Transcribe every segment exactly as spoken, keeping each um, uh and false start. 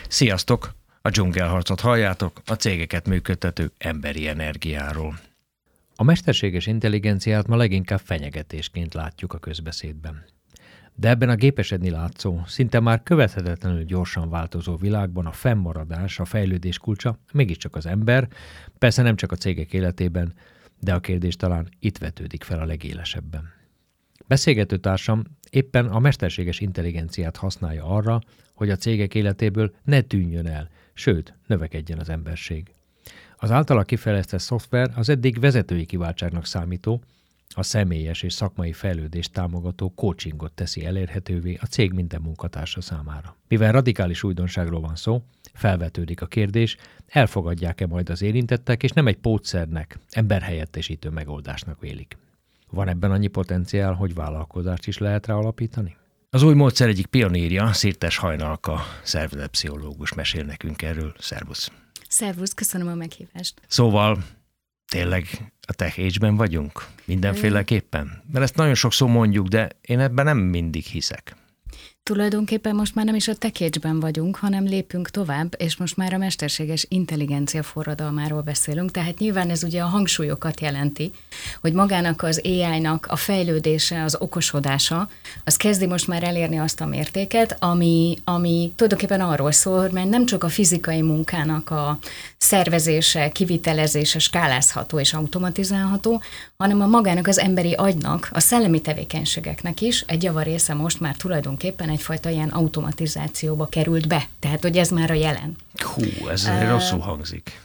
Sziasztok! A dzsungelharcot halljátok, a cégeket működtető emberi energiáról. A mesterséges intelligenciát ma leginkább fenyegetésként látjuk a közbeszédben. De ebben a gépesedni látszó, szinte már követhetetlenül gyorsan változó világban a fennmaradás, a fejlődés kulcsa mégiscsak az ember, persze nem csak a cégek életében, de a kérdés talán itt vetődik fel a legélesebben. Beszélgető társam éppen a mesterséges intelligenciát használja arra, hogy a cégek életéből ne tűnjön el, sőt, növekedjen az emberség. Az általa kifejlesztett szoftver az eddig vezetői kiváltságnak számító, a személyes és szakmai fejlődést támogató coachingot teszi elérhetővé a cég minden munkatársa számára. Mivel radikális újdonságról van szó, felvetődik a kérdés, elfogadják-e majd az érintettek, és nem egy pótszernek, emberhelyettesítő megoldásnak vélik. Van ebben annyi potenciál, hogy vállalkozást is lehet rá alapítani? Az új módszer egyik pionírja, Szirtes Hajnalka, szervezetpszichológus mesél nekünk erről. Szervusz! Szervusz, köszönöm a meghívást. Szóval tényleg a tech age-ben vagyunk? Mindenféleképpen? Mert ezt nagyon sokszor mondjuk, de én ebben nem mindig hiszek. Tulajdonképpen most már nem is a tech age-ben vagyunk, hanem lépünk tovább, és most már a mesterséges intelligencia forradalmáról beszélünk, tehát nyilván ez ugye a hangsúlyokat jelenti, hogy magának az á í-nak a fejlődése, az okosodása, az kezdi most már elérni azt a mértéket, ami, ami tulajdonképpen arról szól, hogy már nem csak a fizikai munkának a szervezése, kivitelezése skálázható és automatizálható, hanem a magának az emberi agynak, a szellemi tevékenységeknek is egy javarésze most már tulajdonképpen egyfajta ilyen automatizációba került be. Tehát, hogy ez már a jelen. Hú, ez uh, rosszul hangzik.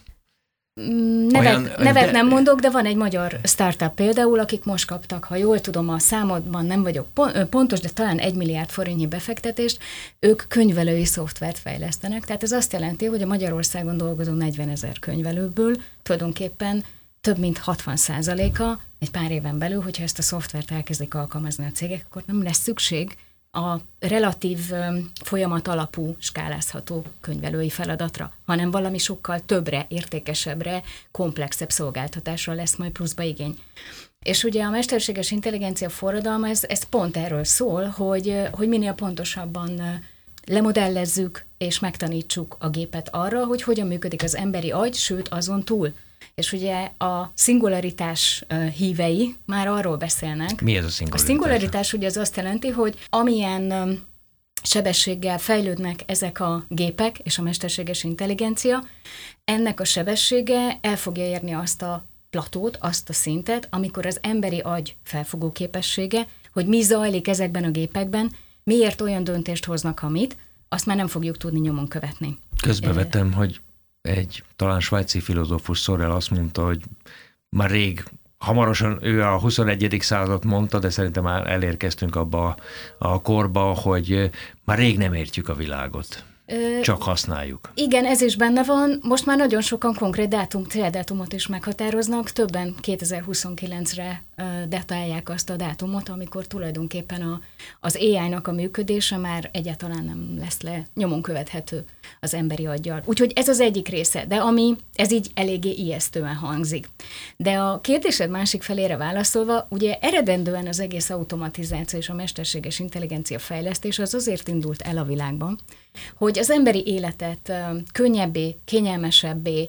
Nevet, Olyan, nevet de... nem mondok, de van egy magyar startup például, akik most kaptak, ha jól tudom, a számodban nem vagyok pontos, de talán egy milliárd forintnyi befektetést, ők könyvelői szoftvert fejlesztenek. Tehát ez azt jelenti, hogy a Magyarországon dolgozó negyvenezer könyvelőből tulajdonképpen több mint hatvan százaléka egy pár éven belül, hogyha ezt a szoftvert elkezdik alkalmazni a cégek, akkor nem lesz szükség a relatív folyamat alapú skálázható könyvelői feladatra, hanem valami sokkal többre, értékesebbre, komplexebb szolgáltatásra lesz majd pluszba igény. És ugye a mesterséges intelligencia forradalma, ez, ez pont erről szól, hogy, hogy minél pontosabban lemodellezzük és megtanítsuk a gépet arra, hogy hogyan működik az emberi agy, sőt azon túl. És ugye a szingularitás hívei már arról beszélnek. Mi ez a szingularitás? A szingularitás ugye az azt jelenti, hogy amilyen sebességgel fejlődnek ezek a gépek és a mesterséges intelligencia, ennek a sebessége el fogja érni azt a platót, azt a szintet, amikor az emberi agy felfogó képessége, hogy mi zajlik ezekben a gépekben, miért olyan döntést hoznak, amit, azt már nem fogjuk tudni nyomon követni. Közbevetem, hogy egy talán svájci filozófus Sorel azt mondta, hogy már rég, hamarosan ő a huszonegyedik század mondta, de szerintem már elérkeztünk abba a korba, hogy már rég nem értjük a világot. Csak használjuk. Igen, ez is benne van. Most már nagyon sokan konkrét dátum, céldátumot is meghatároznak. Többen kétezer-huszonkilencre datálják azt a dátumot, amikor tulajdonképpen a, az á í-nak a működése már egyáltalán nem lesz le nyomon követhető az emberi aggyal. Úgyhogy ez az egyik része, de ami, ez így eléggé ijesztően hangzik. De a kérdésed másik felére válaszolva, ugye eredendően az egész automatizáció és a mesterséges intelligencia fejlesztés az azért indult el a világban, hogy az emberi életet könnyebbé, kényelmesebbé,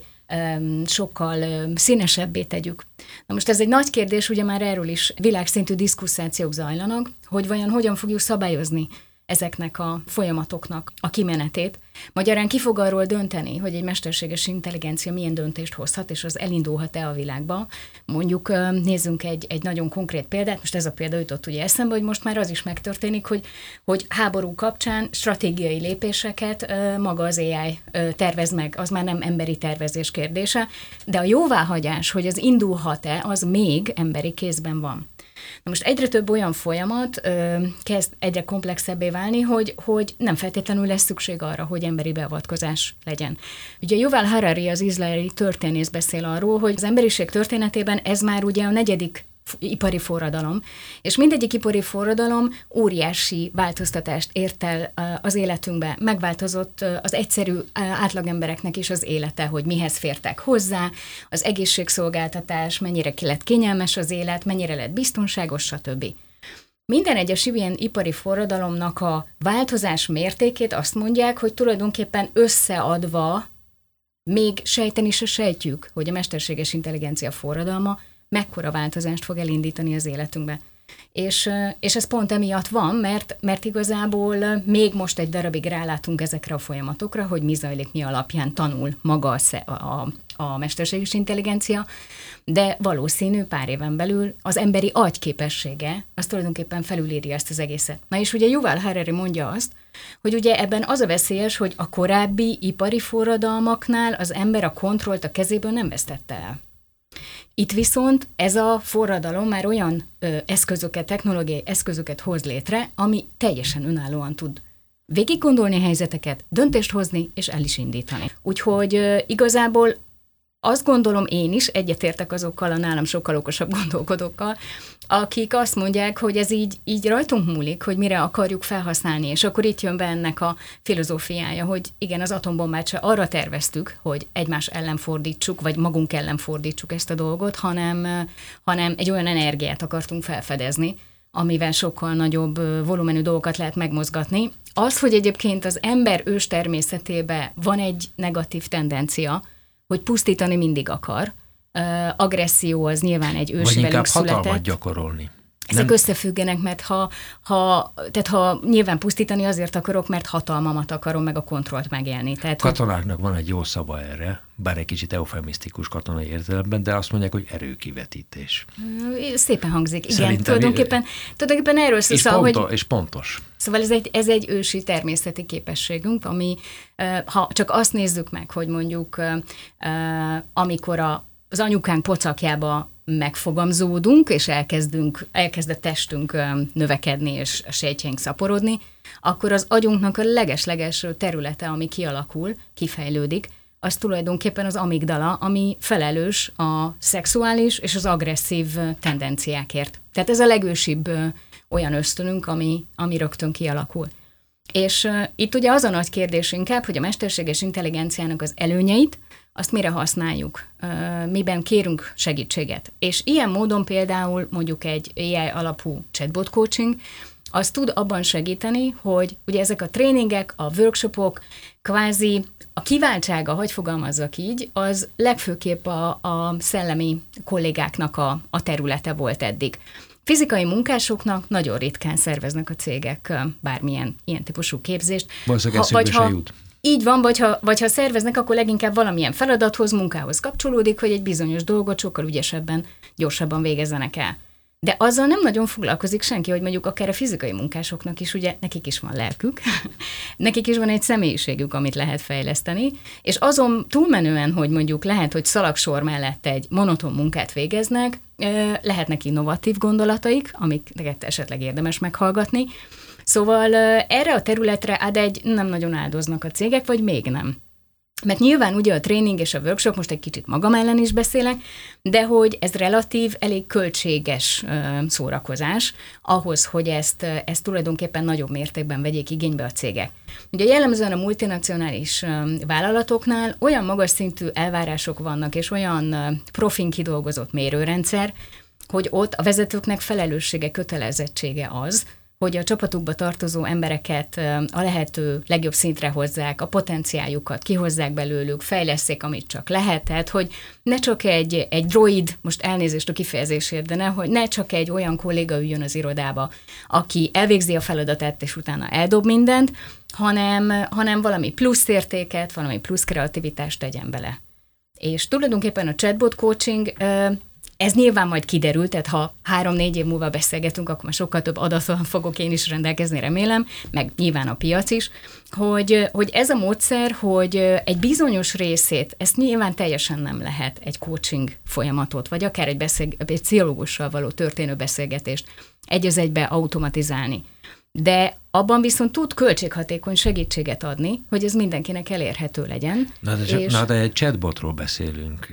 sokkal színesebbé tegyük. Na most ez egy nagy kérdés, ugye már erről is világszintű diszkusszációk zajlanak, hogy vajon hogyan fogjuk szabályozni ezeknek a folyamatoknak a kimenetét. Magyarán ki fog arról dönteni, hogy egy mesterséges intelligencia milyen döntést hozhat, és az elindulhat-e a világba. Mondjuk nézzünk egy, egy nagyon konkrét példát, most ez a példa jutott ugye eszembe, hogy most már az is megtörténik, hogy, hogy háború kapcsán stratégiai lépéseket maga az á í tervez meg, az már nem emberi tervezés kérdése, de a jóváhagyás, hogy az indulhat-e, az még emberi kézben van. Na most egyre több olyan folyamat ö, kezd egyre komplexebbé válni, hogy, hogy nem feltétlenül lesz szükség arra, hogy emberi beavatkozás legyen. Ugye Yuval Harari, az izraeli történész beszél arról, hogy az emberiség történetében ez már ugye a negyedik ipari forradalom, és mindegyik ipari forradalom óriási változtatást ért el az életünkbe. Megváltozott az egyszerű átlagembereknek is az élete, hogy mihez fértek hozzá, az egészségszolgáltatás, mennyire lett kényelmes az élet, mennyire lett biztonságos, stb. Minden egyes ilyen ipari forradalomnak a változás mértékét azt mondják, hogy tulajdonképpen összeadva még sejteni se sejtjük, hogy a mesterséges intelligencia forradalma mekkora változást fog elindítani az életünkbe. És, és ez pont emiatt van, mert, mert igazából még most egy darabig rálátunk ezekre a folyamatokra, hogy mi zajlik, mi alapján tanul maga a, a, a mesterséges intelligencia, de valószínű pár éven belül az emberi agy képessége az tulajdonképpen felülírja ezt az egészet. Na és ugye Yuval Harari mondja azt, hogy ugye ebben az a veszélyes, hogy a korábbi ipari forradalmaknál az ember a kontrollt a kezéből nem vesztette el. Itt viszont ez a forradalom már olyan ö, eszközöket, technológiai eszközöket hoz létre, ami teljesen önállóan tud végig gondolni helyzeteket, döntést hozni és el is indítani. Úgyhogy ö, igazából azt gondolom én is, egyetértek azokkal a nálam sokkal okosabb gondolkodókkal, akik azt mondják, hogy ez így, így rajtunk múlik, hogy mire akarjuk felhasználni, és akkor itt jön be ennek a filozófiája, hogy igen, az atombombát se arra terveztük, hogy egymás ellen fordítsuk, vagy magunk ellen fordítsuk ezt a dolgot, hanem, hanem egy olyan energiát akartunk felfedezni, amivel sokkal nagyobb volumenű dolgokat lehet megmozgatni. Az, hogy egyébként az ember ős természetében van egy negatív tendencia, hogy pusztítani mindig akar. Uh, agresszió az nyilván egy ős velünk született. Vagy inkább hatalmat gyakorolni. Ezek nem? Összefüggenek, mert ha, ha, tehát ha nyilván pusztítani azért akarok, mert hatalmamat akarom, meg a kontrollt megélni. Tehát, katonáknak van egy jó szava erre, bár egy kicsit eufemisztikus katonai értelemben, de azt mondják, hogy erőkivetítés. Szépen hangzik. Igen, Szerintem tulajdonképpen, tulajdonképpen erről szól. És, szóval, ponto, hogy, és pontos. Szóval ez egy, ez egy ősi természeti képességünk, ami, ha csak azt nézzük meg, hogy mondjuk amikor a, az anyukánk pocakjába megfogamzódunk, és elkezdünk, elkezd a testünk növekedni, és a sejtjeink szaporodni, akkor az agyunknak a leges-leges területe, ami kialakul, kifejlődik, az tulajdonképpen az amigdala, ami felelős a szexuális és az agresszív tendenciákért. Tehát ez a legősibb olyan ösztönünk, ami, ami rögtön kialakul. És uh, itt ugye az a nagy kérdés inkább, hogy a mesterséges intelligenciának az előnyeit, azt mire használjuk, uh, miben kérünk segítséget. És ilyen módon például mondjuk egy á i alapú chatbot coaching, az tud abban segíteni, hogy ugye ezek a tréningek, a workshopok, kvázi a kiváltsága, hogy fogalmazzak így, az legfőképp a, a szellemi kollégáknak a, a területe volt eddig. Fizikai munkásoknak nagyon ritkán szerveznek a cégek bármilyen ilyen típusú képzést. Ha, vagy ha jut. Így van, vagy ha, vagy ha szerveznek, akkor leginkább valamilyen feladathoz, munkához kapcsolódik, hogy egy bizonyos dolgot sokkal ügyesebben, gyorsabban végezzenek el. De azzal nem nagyon foglalkozik senki, hogy mondjuk akár a fizikai munkásoknak is, ugye nekik is van lelkük, nekik is van egy személyiségük, amit lehet fejleszteni, és azon túlmenően, hogy mondjuk lehet, hogy szalagsor mellett egy monoton munkát végeznek, lehetnek innovatív gondolataik, amiket esetleg érdemes meghallgatni. Szóval erre a területre ad egy nem nagyon áldoznak a cégek, vagy még nem. Mert nyilván ugye a tréning és a workshop, most egy kicsit magam ellen is beszélek, de hogy ez relatív, elég költséges szórakozás ahhoz, hogy ezt, ezt tulajdonképpen nagyobb mértékben vegyék igénybe a cégek. Ugye jellemzően a multinacionális vállalatoknál olyan magas szintű elvárások vannak, és olyan profin kidolgozott mérőrendszer, hogy ott a vezetőknek felelőssége, kötelezettsége az, hogy a csapatukba tartozó embereket a lehető legjobb szintre hozzák, a potenciáljukat kihozzák belőlük, fejlesszék, amit csak lehet, tehát hogy ne csak egy, egy droid, most elnézést a kifejezésért, de ne, hogy ne csak egy olyan kolléga üljön az irodába, aki elvégzi a feladatát, és utána eldob mindent, hanem, hanem valami plusz értéket, valami plusz kreativitást tegyen bele. És tulajdonképpen a chatbot coaching, ez nyilván majd kiderül, tehát ha három-négy év múlva beszélgetünk, akkor már sokkal több adattal fogok én is rendelkezni, remélem, meg nyilván a piac is, hogy, hogy ez a módszer, hogy egy bizonyos részét, ezt nyilván teljesen nem lehet egy coaching folyamatot, vagy akár egy, beszél, egy pszichológussal való történő beszélgetést egy az egybe automatizálni. De abban viszont tud költséghatékony segítséget adni, hogy ez mindenkinek elérhető legyen. Na de, és... na de egy chatbotról beszélünk,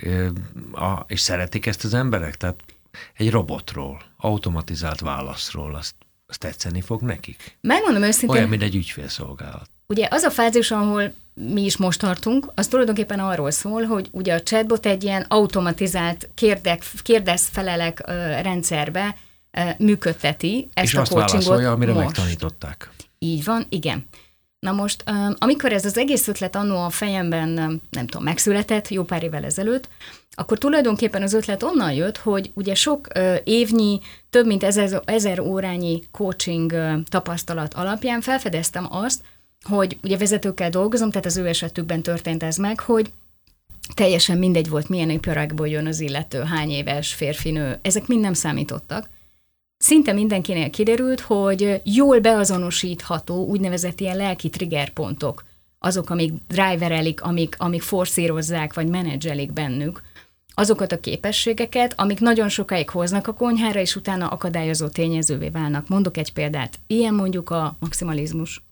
a, és szeretik ezt az emberek? Tehát egy robotról, automatizált válaszról, azt, azt tetszeni fog nekik? Megmondom őszintén... Olyan, mint egy ügyfélszolgálat. Ugye az a fázis, ahol mi is most tartunk, az tulajdonképpen arról szól, hogy ugye a chatbot egy ilyen automatizált kérdek, kérdez-felelek rendszerbe működteti ezt és a azt coachingot válaszolja, amire most. megtanították. Így van, igen. Na most, amikor ez az egész ötlet annó a fejemben, nem tudom, megszületett, jó pár évvel ezelőtt, akkor tulajdonképpen az ötlet onnan jött, hogy ugye sok évnyi, több mint ezer, ezer órányi coaching tapasztalat alapján felfedeztem azt, hogy ugye vezetőkkel dolgozom, tehát az ő esetükben történt ez meg, hogy teljesen mindegy volt, milyen iparágból jön az illető, hány éves, férfi, nő, ezek mind nem számítottak. Szinte mindenkinél kiderült, hogy jól beazonosítható úgynevezett ilyen lelki triggerpontok, azok, amik driverelik, amik, amik forszírozzák, vagy menedzselik bennük, azokat a képességeket, amik nagyon sokáig hoznak a konyhára, és utána akadályozó tényezővé válnak. Mondok egy példát. Ilyen mondjuk a maximalizmus.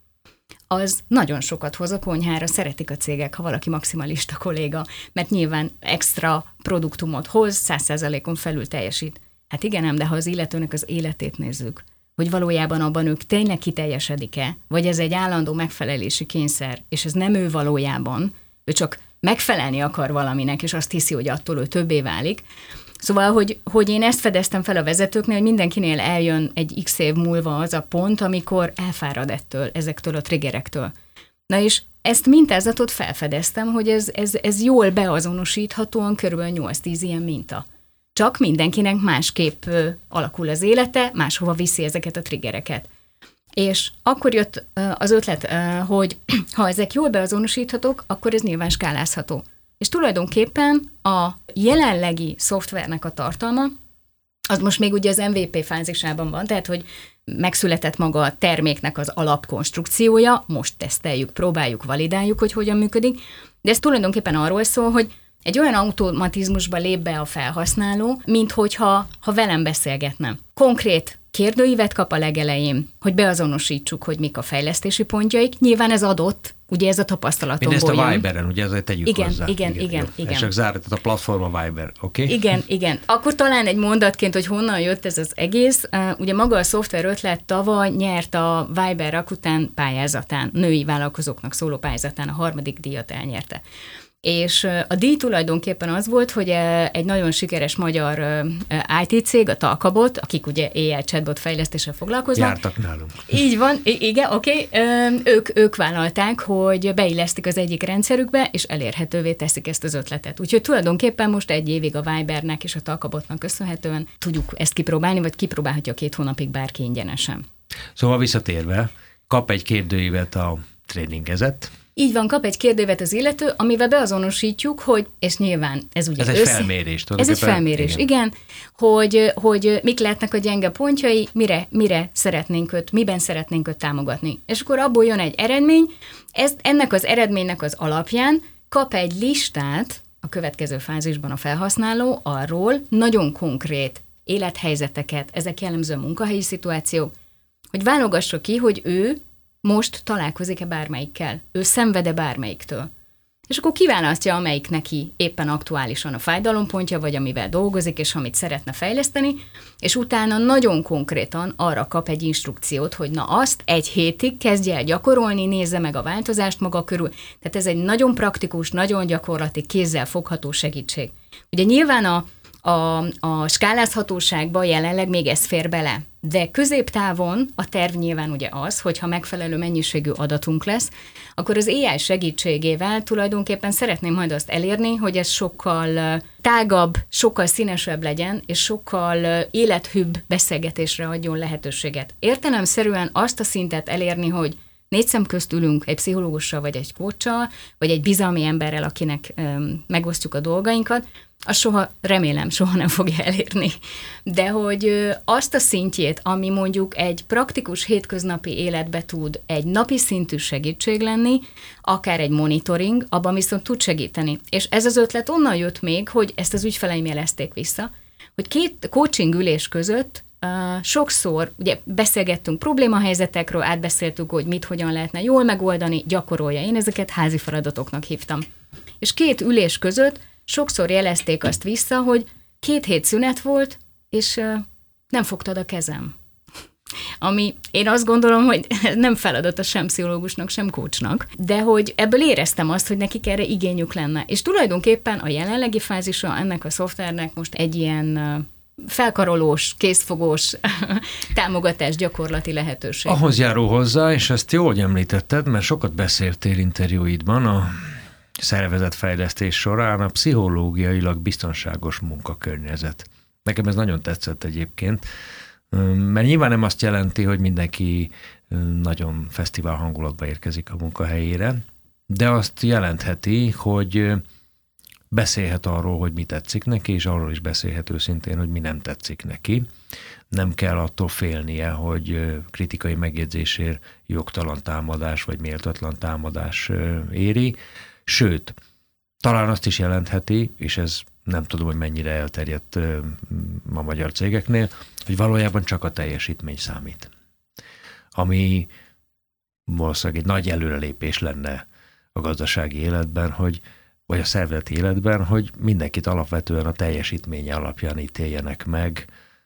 Az nagyon sokat hoz a konyhára, szeretik a cégek, ha valaki maximalista kolléga, mert nyilván extra produktumot hoz, száz százalékon felül teljesít. Hát igen, ám, de ha az illetőnek az életét nézzük, hogy valójában abban ők tényleg kiteljesedik-e, vagy ez egy állandó megfelelési kényszer, és ez nem ő valójában, ő csak megfelelni akar valaminek, és azt hiszi, hogy attól ő többé válik. Szóval, hogy, hogy én ezt fedeztem fel a vezetőknél, hogy mindenkinél eljön egy x év múlva az a pont, amikor elfárad ettől, ezektől a triggerektől. Na és ezt mintázatot felfedeztem, hogy ez, ez, ez jól beazonosíthatóan körülbelül nyolc-tíz ilyen minta. Csak mindenkinek másképp alakul az élete, máshova viszi ezeket a triggereket. És akkor jött az ötlet, hogy ha ezek jól beazonosíthatók, akkor ez nyilván skálázható. És tulajdonképpen a jelenlegi szoftvernek a tartalma, az most még ugye az em vé pé fázisában van, tehát hogy megszületett maga a terméknek az alapkonstrukciója, most teszteljük, próbáljuk, validáljuk, hogy hogyan működik, de ez tulajdonképpen arról szól, hogy egy olyan automatizmusba lép be a felhasználó, mint hogyha ha velem beszélgetne. Konkrét kérdőívet kap a legelején, hogy beazonosítsuk, hogy mik a fejlesztési pontjaik. Nyilván ez adott, ugye ez a tapasztalatomból mindezt a jön. Viberen, ugye ezért tegyük igen, hozzá. Igen, igen, igen. igen. És csak zárat a platform a Viber, oké? Okay? Igen, igen. Akkor talán egy mondatként, hogy honnan jött ez az egész. Ugye maga a szoftver ötlet tavaly nyert a Viber Rakuten pályázatán, női vállalkozóknak szóló pályázatán a harmadik díjat elnyerte. És a díj tulajdonképpen az volt, hogy egy nagyon sikeres magyar i té cég, a Talkabot, akik ugye á i chatbot fejlesztéssel foglalkoznak. Jártak nálunk. Így van, igen, oké. Okay. Ők, ők vállalták, hogy beillesztik az egyik rendszerükbe, és elérhetővé teszik ezt az ötletet. Úgyhogy tulajdonképpen most egy évig a Vibernek és a Talkabotnak köszönhetően tudjuk ezt kipróbálni, vagy kipróbálhatja két hónapig bárki ingyenesen. Szóval visszatérve, kap egy kérdőívet a tréningezett. Így van, kap egy kérdővet az illető, amivel beazonosítjuk, hogy, és nyilván ez ugye... Ez egy össze... felmérés. Ez egy felmérés, igen, igen hogy, hogy mik lehetnek a gyenge pontjai, mire, mire szeretnénk őt, miben szeretnénk őt támogatni. És akkor abból jön egy eredmény, ez, ennek az eredménynek az alapján kap egy listát a következő fázisban a felhasználó arról, nagyon konkrét élethelyzeteket, ezek jellemzően munkahelyi szituációk, hogy válogassa ki, hogy ő most találkozik-e bármelyikkel, ő szenved-e bármelyiktől. És akkor kiválasztja, amelyik neki éppen aktuálisan a fájdalompontja, vagy amivel dolgozik, és amit szeretne fejleszteni, és utána nagyon konkrétan arra kap egy instrukciót, hogy na azt egy hétig kezdje el gyakorolni, nézze meg a változást maga körül. Tehát ez egy nagyon praktikus, nagyon gyakorlati, kézzel fogható segítség. Ugye nyilván a A, a skálázhatóságba jelenleg még ez fér bele, de középtávon a terv nyilván ugye az, hogyha megfelelő mennyiségű adatunk lesz, akkor az á i segítségével tulajdonképpen szeretném majd azt elérni, hogy ez sokkal tágabb, sokkal színesebb legyen, és sokkal élethűbb beszélgetésre adjon lehetőséget. Értelemszerűen azt a szintet elérni, hogy négy szem közt ülünk egy pszichológussal, vagy egy coachsal, vagy egy bizalmi emberrel, akinek öm, megosztjuk a dolgainkat, azt soha, remélem, soha nem fogja elérni. De hogy azt a szintjét, ami mondjuk egy praktikus hétköznapi életbe tud egy napi szintű segítség lenni, akár egy monitoring, abban viszont tud segíteni. És ez az ötlet onnan jött még, hogy ezt az ügyfeleim jelezték vissza, hogy két coaching ülés között Uh, sokszor ugye beszélgettünk problémahelyzetekről, átbeszéltük, hogy mit, hogyan lehetne jól megoldani, gyakorolja. Én ezeket házi feladatoknak hívtam. És két ülés között sokszor jelezték azt vissza, hogy két hét szünet volt, és uh, nem fogtad a kezem. Ami én azt gondolom, hogy nem feladata sem pszichológusnak, sem coachnak, de hogy ebből éreztem azt, hogy nekik erre igényük lenne. És tulajdonképpen a jelenlegi fázisa ennek a szoftvernek most egy ilyen uh, felkarolós, készfogós támogatás gyakorlati lehetőség. Ahhoz járó hozzá, és ezt jól említetted, mert sokat beszéltél interjúidban a szervezetfejlesztés során, a pszichológiailag biztonságos munkakörnyezet. Nekem ez nagyon tetszett egyébként, mert nyilván nem azt jelenti, hogy mindenki nagyon fesztivál hangulatba érkezik a munkahelyére, de azt jelentheti, hogy beszélhet arról, hogy mi tetszik neki, és arról is beszélhet őszintén, hogy mi nem tetszik neki. Nem kell attól félnie, hogy kritikai megjegyzésért jogtalan támadás vagy méltatlan támadás éri. Sőt, talán azt is jelentheti, és ez nem tudom, hogy mennyire elterjedt a magyar cégeknél, hogy valójában csak a teljesítmény számít. Ami valószínűleg egy nagy előrelépés lenne a gazdasági életben, hogy, vagy a szervezeti életben, hogy mindenkit alapvetően a teljesítménye alapján ítéljenek meg,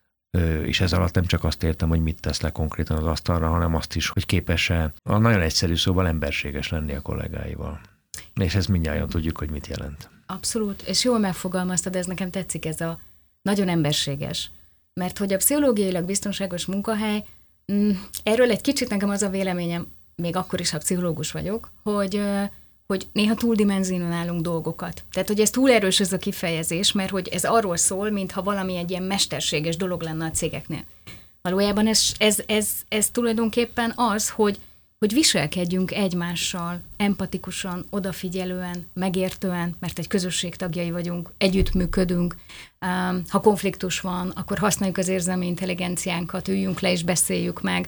és ez alatt nem csak azt értem, hogy mit tesz le konkrétan az asztalra, hanem azt is, hogy képes-e a nagyon egyszerű szóval emberséges lenni a kollégáival. És ezt mindjárt tudjuk, hogy mit jelent. Abszolút, és jól megfogalmaztad, ez nekem tetszik, ez a nagyon emberséges. Mert hogy a pszichológiailag biztonságos munkahely, erről egy kicsit nekem az a véleményem, még akkor is, ha pszichológus vagyok, hogy, hogy néha túldimenzionálunk dolgokat. Tehát, hogy ez túl erős ez a kifejezés, mert hogy ez arról szól, mintha valami egy ilyen mesterséges dolog lenne a cégeknél. Valójában ez, ez, ez, ez tulajdonképpen az, hogy hogy viselkedjünk egymással, empatikusan, odafigyelően, megértően, mert egy közösség tagjai vagyunk, együttműködünk. Ha konfliktus van, akkor használjuk az érzelmi intelligenciánkat, üljünk le és beszéljük meg.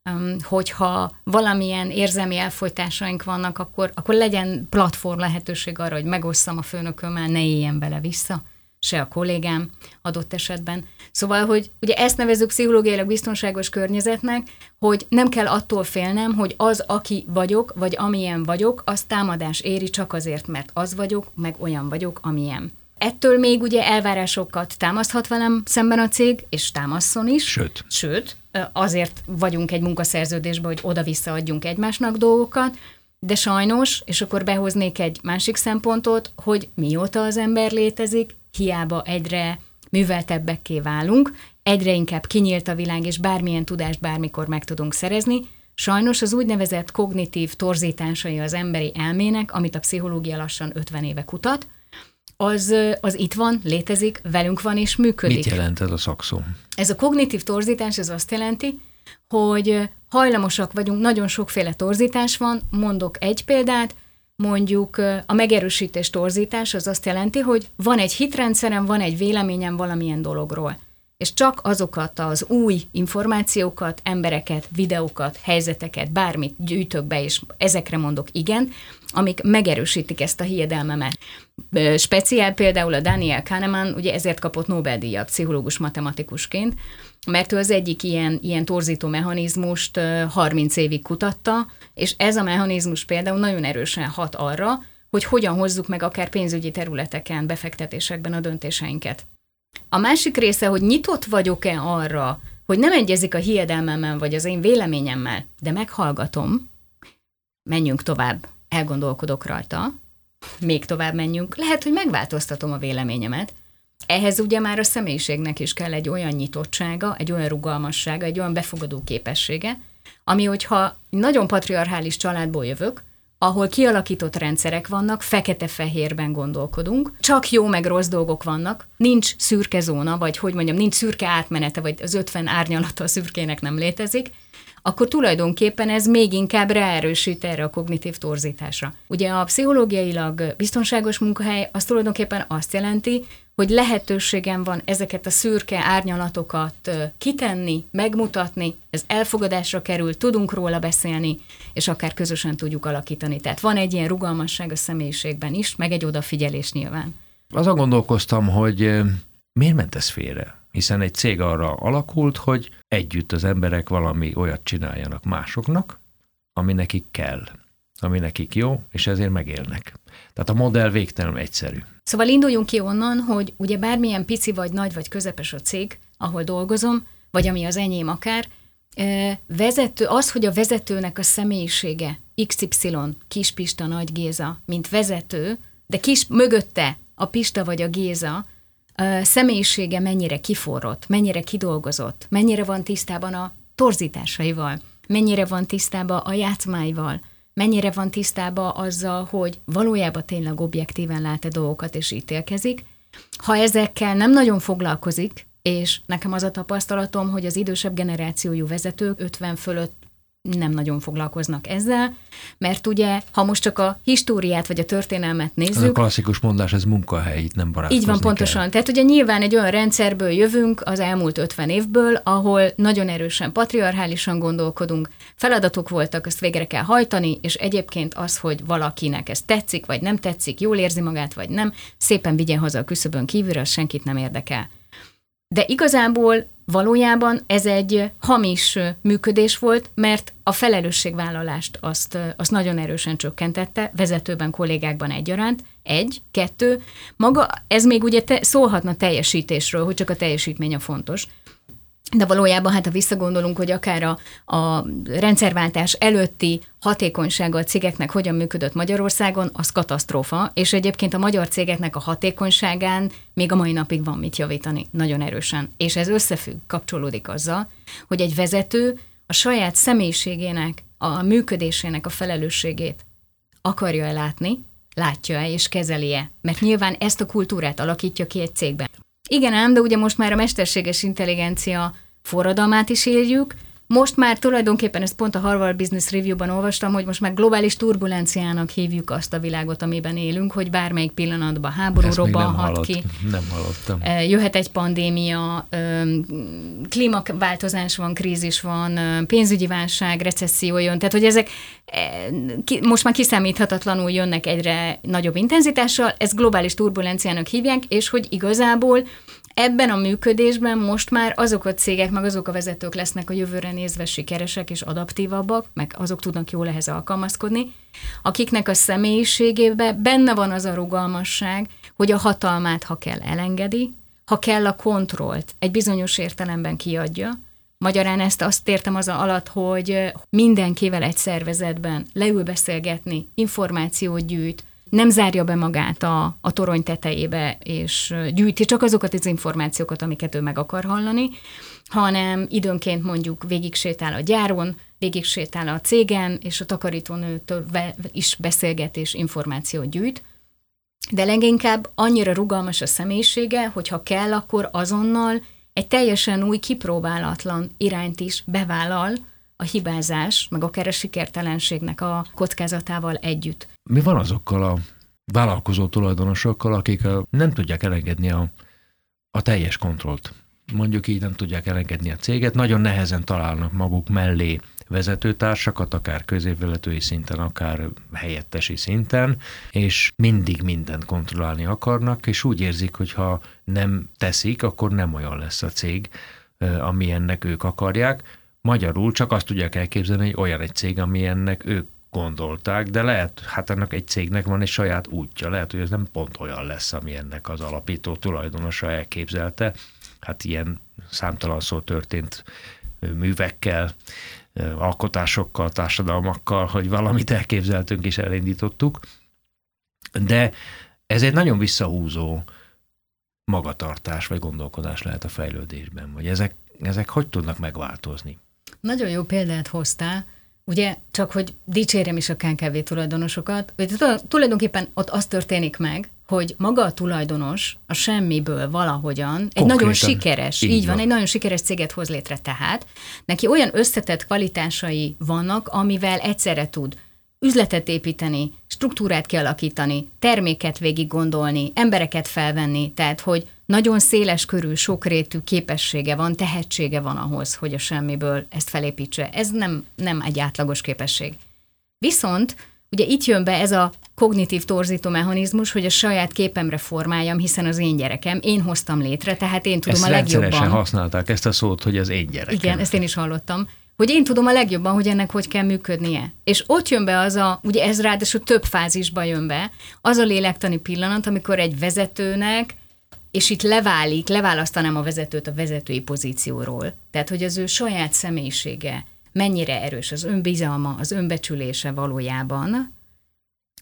Hogyha valamilyen érzelmi elfojtásaink vannak, akkor, akkor legyen platform lehetőség arra, hogy megosszam a főnökömmel, ne éljen bele vissza, se a kollégám adott esetben. Szóval, hogy ugye ezt nevezzük pszichológiailag biztonságos környezetnek, hogy nem kell attól félnem, hogy az, aki vagyok, vagy amilyen vagyok, az támadás éri csak azért, mert az vagyok, meg olyan vagyok, amilyen. Ettől még ugye elvárásokat támaszthat velem szemben a cég, és támaszson is. Sőt. Sőt, azért vagyunk egy munkaszerződésben, hogy oda-vissza adjunk egymásnak dolgokat, de sajnos, és akkor behoznék egy másik szempontot, hogy mióta az ember létezik, hiába egyre műveltebbekké válunk, egyre inkább kinyílt a világ, és bármilyen tudást bármikor meg tudunk szerezni. Sajnos az úgynevezett kognitív torzításai az emberi elmének, amit a pszichológia lassan ötven éve kutat, az, az itt van, létezik, velünk van és működik. Mit jelent ez a szakszó? Ez a kognitív torzítás, ez azt jelenti, hogy hajlamosak vagyunk, nagyon sokféle torzítás van, mondok egy példát, mondjuk a megerősítés torzítás az azt jelenti, hogy van egy hitrendszerem, van egy véleményem valamilyen dologról. És csak azokat az új információkat, embereket, videókat, helyzeteket, bármit gyűjtök be, és ezekre mondok igen, amik megerősítik ezt a hiedelmemet. Speciál például a Daniel Kahneman, ugye ezért kapott Nobel-díjat pszichológus matematikusként, mert ő az egyik ilyen, ilyen torzító mechanizmust harminc évig kutatta, és ez a mechanizmus például nagyon erősen hat arra, hogy hogyan hozzuk meg akár pénzügyi területeken, befektetésekben a döntéseinket. A másik része, hogy nyitott vagyok-e arra, hogy nem egyezik a hiedelmemmel vagy az én véleményemmel, de meghallgatom, menjünk tovább, elgondolkodok rajta, még tovább menjünk, lehet, hogy megváltoztatom a véleményemet. Ehhez ugye már a személyiségnek is kell egy olyan nyitottsága, egy olyan rugalmassága, egy olyan befogadó képessége, ami, hogyha nagyon patriarchális családból jövök, ahol kialakított rendszerek vannak, fekete-fehérben gondolkodunk, csak jó meg rossz dolgok vannak, nincs szürke zóna, vagy hogy mondjam, nincs szürke átmenete, vagy az ötven árnyalata a szürkének nem létezik, akkor tulajdonképpen ez még inkább ráerősít erre a kognitív torzításra. Ugye a pszichológiailag biztonságos munkahely az tulajdonképpen azt jelenti, hogy lehetőségem van ezeket a szürke árnyalatokat kitenni, megmutatni, ez elfogadásra kerül, tudunk róla beszélni, és akár közösen tudjuk alakítani. Tehát van egy ilyen rugalmasság a személyiségben is, meg egy odafigyelés nyilván. Azon gondolkoztam, hogy miért ment ez félre? Hiszen egy cég arra alakult, hogy együtt az emberek valami olyat csináljanak másoknak, ami nekik kell, ami nekik jó, és ezért megélnek. Tehát a modell végtelenül egyszerű. Szóval induljunk ki onnan, hogy ugye bármilyen pici vagy nagy vagy közepes a cég, ahol dolgozom, vagy ami az enyém akár, vezető, az, hogy a vezetőnek a személyisége iksz ipszilon, Kis Pista, Nagy Géza, mint vezető, de kis mögötte a Pista vagy a Géza, személyisége mennyire kiforrott, mennyire kidolgozott, mennyire van tisztában a torzításaival, mennyire van tisztában a játszmáival, mennyire van tisztában azzal, hogy valójában tényleg objektíven lát-e dolgokat és ítélkezik. Ha ezekkel nem nagyon foglalkozik, és nekem az a tapasztalatom, hogy az idősebb generációjú vezetők ötven fölött nem nagyon foglalkoznak ezzel, mert ugye, ha most csak a históriát vagy a történelmet nézzük... Ez a klasszikus mondás, ez munkahely, itt nem barátkozni Így van, pontosan. Kell. Tehát ugye nyilván egy olyan rendszerből jövünk az elmúlt ötven évből, ahol nagyon erősen patriarchálisan gondolkodunk, feladatok voltak, azt végre kell hajtani, és egyébként az, hogy valakinek ez tetszik, vagy nem tetszik, jól érzi magát, vagy nem, szépen vigyen haza a küszöbön kívülre, az senkit nem érdekel. De igazából valójában ez egy hamis működés volt, mert a felelősségvállalást azt, azt nagyon erősen csökkentette, vezetőben, kollégákban egyaránt, egy, kettő, maga, ez még ugye te, szólhatna teljesítésről, hogy csak a teljesítmény a fontos, de valójában, hát ha visszagondolunk, hogy akár a, a rendszerváltás előtti hatékonysága a cégeknek hogyan működött Magyarországon, az katasztrófa, és egyébként a magyar cégeknek a hatékonyságán még a mai napig van mit javítani, nagyon erősen. És ez összefügg, kapcsolódik azzal, hogy egy vezető a saját személyiségének, a működésének a felelősségét akarja-e látni, látja-e és kezeli-e, mert nyilván ezt a kultúrát alakítja ki egy cégben. Igen ám, de ugye most már a mesterséges intelligencia forradalmát is éljük. Most már tulajdonképpen, ezt pont a Harvard Business Review-ban olvastam, hogy most már globális turbulenciának hívjuk azt a világot, amiben élünk, hogy bármelyik pillanatban háború robbanhat ki. Nem hallottam. Jöhet egy pandémia, klímaváltozás van, krízis van, pénzügyi válság, recesszió jön. Tehát, hogy ezek most már kiszámíthatatlanul jönnek egyre nagyobb intenzitással, ezt globális turbulenciának hívják, és hogy igazából ebben a működésben most már azok a cégek, meg azok a vezetők lesznek a jövőre nézve sikeresek és adaptívabbak, meg azok tudnak jól ehhez alkalmazkodni, akiknek a személyiségében benne van az a rugalmasság, hogy a hatalmát, ha kell, elengedi, ha kell, a kontrollt egy bizonyos értelemben kiadja. Magyarán ezt azt értem az alatt, hogy mindenkivel egy szervezetben leül beszélgetni, információt gyűjt, nem zárja be magát a, a torony tetejébe, és gyűjti csak azokat az információkat, amiket ő meg akar hallani, hanem időnként mondjuk végig sétál a gyáron, végig sétál a cégen, és a takarítónőtől is beszélget és információt gyűjt. De leginkább annyira rugalmas a személyisége, hogy ha kell, akkor azonnal egy teljesen új, kipróbálatlan irányt is bevállal a hibázás, meg akár a sikertelenségnek a kockázatával együtt. Mi van azokkal a vállalkozó tulajdonosokkal, akik nem tudják elengedni a, a teljes kontrollt? Mondjuk így nem tudják elengedni a céget, nagyon nehezen találnak maguk mellé vezetőtársakat, akár középvezetői szinten, akár helyettesi szinten, és mindig mindent kontrollálni akarnak, és úgy érzik, hogy ha nem teszik, akkor nem olyan lesz a cég, amilyennek ők akarják. Magyarul csak azt tudják elképzelni, hogy olyan egy cég, amilyennek ők gondolták, de lehet, hát ennek egy cégnek van egy saját útja, lehet, hogy ez nem pont olyan lesz, amilyennek az alapító tulajdonosa elképzelte. Hát ilyen számtalanszor történt művekkel, alkotásokkal, társadalmakkal, hogy valamit elképzeltünk és elindítottuk. De ez egy nagyon visszahúzó magatartás vagy gondolkodás lehet a fejlődésben, vagy ezek, ezek hogy tudnak megváltozni? Nagyon jó példát hoztál, ugye csak, hogy dicsérjem is a ká ká vé tulajdonosokat, hogy tulajdonképpen ott az történik meg, hogy maga a tulajdonos a semmiből valahogyan egy Konkrétan, nagyon sikeres, így, így van, van, egy nagyon sikeres céget hoz létre, tehát neki olyan összetett kvalitásai vannak, amivel egyszerre tud üzletet építeni, struktúrát kialakítani, terméket végig gondolni, embereket felvenni, tehát hogy nagyon széles körű, sokrétű képessége van, tehetsége van ahhoz, hogy a semmiből ezt felépítse. Ez nem, nem egy átlagos képesség. Viszont ugye itt jön be ez a kognitív torzító mechanizmus, hogy a saját képemre formáljam, hiszen az én gyerekem, én hoztam létre, tehát én tudom ezt a legjobban. Rendszeresen használták ezt a szót, hogy az én gyerekem. Igen, ezt én is hallottam. Hogy én tudom a legjobban, hogy ennek hogy kell működnie. És ott jön be az a, ugye ez ráadásul több fázisba jön be, az a lélektani pillanat, amikor egy vezetőnek, és itt leválik, leválasztanám a vezetőt a vezetői pozícióról. Tehát, hogy az ő saját személyisége mennyire erős, az önbizalma, az önbecsülése valójában,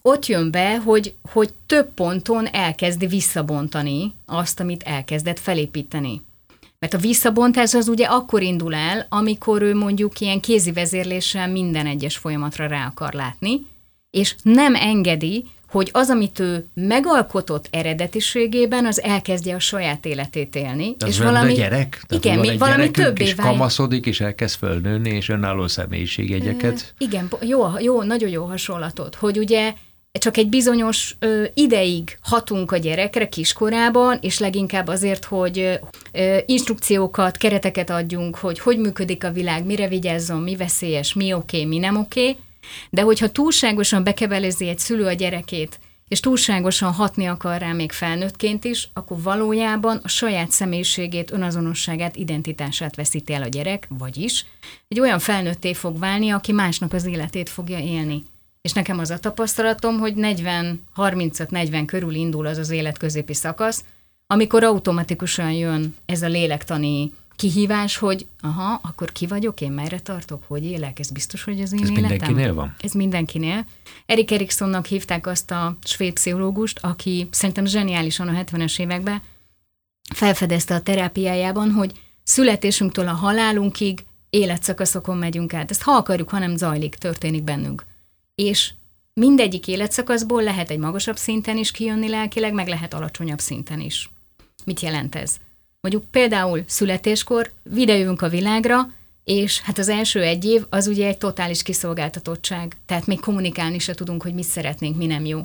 ott jön be, hogy, hogy több ponton elkezdi visszabontani azt, amit elkezdett felépíteni. Mert a visszabontás az ugye akkor indul el, amikor ő mondjuk ilyen kézi vezérléssel minden egyes folyamatra rá akar látni, és nem engedi, hogy az, amit ő megalkotott eredetiségében, az elkezdje a saját életét élni. Az és valami gyerek? Tehát igen, mi, valami többé és kamaszodik, és elkezd fölnőni, és önálló személyiségjegyeket. E, igen, jó, jó, nagyon jó hasonlatot, hogy ugye csak egy bizonyos ö, ideig hatunk a gyerekre kiskorában, és leginkább azért, hogy ö, instrukciókat, kereteket adjunk, hogy hogy működik a világ, mire vigyázzon, mi veszélyes, mi oké, okay, mi nem oké, okay. De hogyha túlságosan bekebelezi egy szülő a gyerekét, és túlságosan hatni akar rá még felnőttként is, akkor valójában a saját személyiségét, önazonosságát, identitását veszíti el a gyerek, vagyis egy olyan felnőtté fog válni, aki másnak az életét fogja élni. És nekem az a tapasztalatom, hogy negyven, harmincöt-negyven körül indul az az életközépi szakasz, amikor automatikusan jön ez a lélektani kihívás, hogy aha, akkor ki vagyok, én merre tartok, hogy élek, ez biztos, hogy az én ez életem? Ez mindenkinél van? Ez mindenkinél. Erik Eriksonnak hívták azt a svéd pszichológust, aki szerintem zseniálisan a hetvenes években felfedezte a terápiájában, hogy születésünktől a halálunkig életszakaszokon megyünk át. Ezt ha akarjuk, ha nem zajlik, történik bennünk. És mindegyik életszakaszból lehet egy magasabb szinten is kijönni lelkileg, meg lehet alacsonyabb szinten is. Mit jelent ez? Mondjuk például születéskor idejövünk a világra, és hát az első egy év az ugye egy totális kiszolgáltatottság. Tehát még kommunikálni se tudunk, hogy mit szeretnénk, mi nem jó.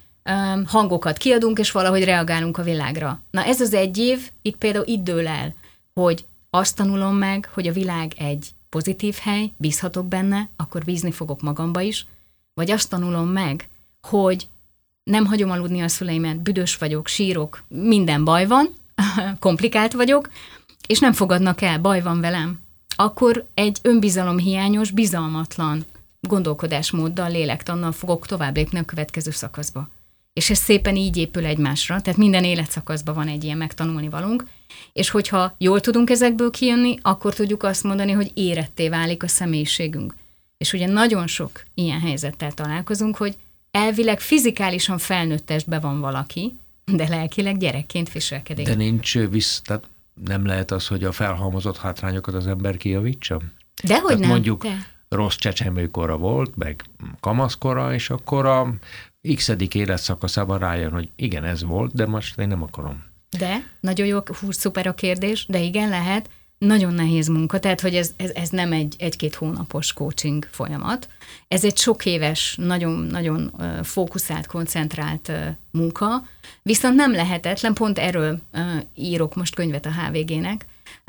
Um, hangokat kiadunk, és valahogy reagálunk a világra. Na ez az egy év, itt például itt dől el, hogy azt tanulom meg, hogy a világ egy pozitív hely, bízhatok benne, akkor bízni fogok magamba is, vagy azt tanulom meg, hogy nem hagyom aludni a szüleimet, büdös vagyok, sírok, minden baj van, komplikált vagyok, és nem fogadnak el, baj van velem. Akkor egy önbizalomhiányos, bizalmatlan gondolkodásmóddal, lélektannal fogok tovább lépni a következő szakaszba. És ez szépen így épül egymásra, tehát minden életszakaszban van egy ilyen megtanulni valunk, és hogyha jól tudunk ezekből kijönni, akkor tudjuk azt mondani, hogy éretté válik a személyiségünk. És ugye nagyon sok ilyen helyzettel találkozunk, hogy elvileg fizikálisan felnőtt testben van valaki, de lelkileg gyerekként viselkedik. De nincs vissza, tehát nem lehet az, hogy a felhalmozott hátrányokat az ember kijavítsa? Dehogy tehát nem. mondjuk de. rossz csecsemőkora volt, meg kamaszkora, és akkor a x-edik életszakaszában rájön, hogy igen, ez volt, de most én nem akarom. De, nagyon jó, hú, szuper a kérdés, de igen, lehet. Nagyon nehéz munka, tehát hogy ez, ez, ez nem egy egy-két hónapos coaching folyamat. Ez egy sok éves, nagyon-nagyon fókuszált, koncentrált munka, viszont nem lehetetlen, pont erről írok most könyvet a há vé gének,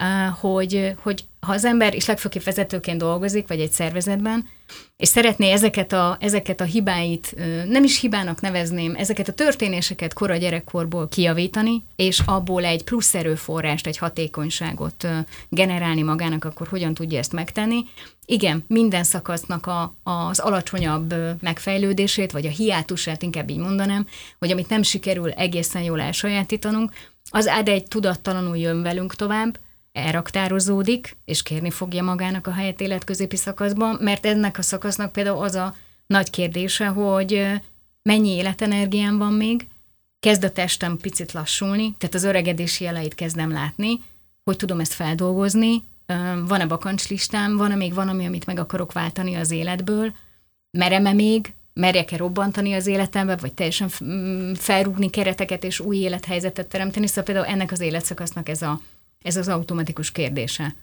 hogy, hogy ha az ember is legfőképp vezetőként dolgozik, vagy egy szervezetben, és szeretné ezeket a, ezeket a hibáit, nem is hibának nevezném, ezeket a történéseket kora gyerekkorból kijavítani, és abból egy plusz erőforrást, egy hatékonyságot generálni magának, akkor hogyan tudja ezt megtenni. Igen, minden szakasznak a, az alacsonyabb megfejlődését, vagy a hiátusát, inkább így mondanám, hogy amit nem sikerül egészen jól elsajátítanunk, az át egy tudattalanul jön velünk tovább, elraktározódik, és kérni fogja magának a helyet életközépi szakaszban, mert ennek a szakasznak például az a nagy kérdése, hogy mennyi életenergiám van még, kezd a testem picit lassulni, tehát az öregedési jeleit kezdem látni, hogy tudom ezt feldolgozni, van-e bakancslistám, van-e még valami, amit meg akarok váltani az életből, merem-e még, merjek-e robbantani az életembe, vagy teljesen felrúgni kereteket és új élethelyzetet teremteni, szóval például ennek az életszakasznak ez, a, ez az automatikus kérdése.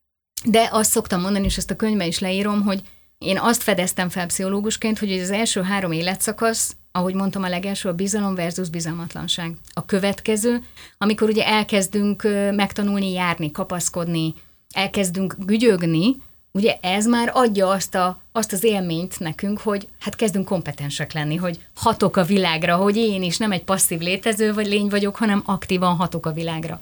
De azt szoktam mondani, és ezt a könyvben is leírom, hogy én azt fedeztem fel pszichológusként, hogy az első három életszakasz, ahogy mondtam, a legelső a bizalom versus bizalmatlanság. A következő, amikor ugye elkezdünk megtanulni járni, kapaszkodni, elkezdünk gügyögni, ugye ez már adja azt, a, azt az élményt nekünk, hogy hát kezdünk kompetensek lenni, hogy hatok a világra, hogy én is nem egy passzív létező vagy lény vagyok, hanem aktívan hatok a világra.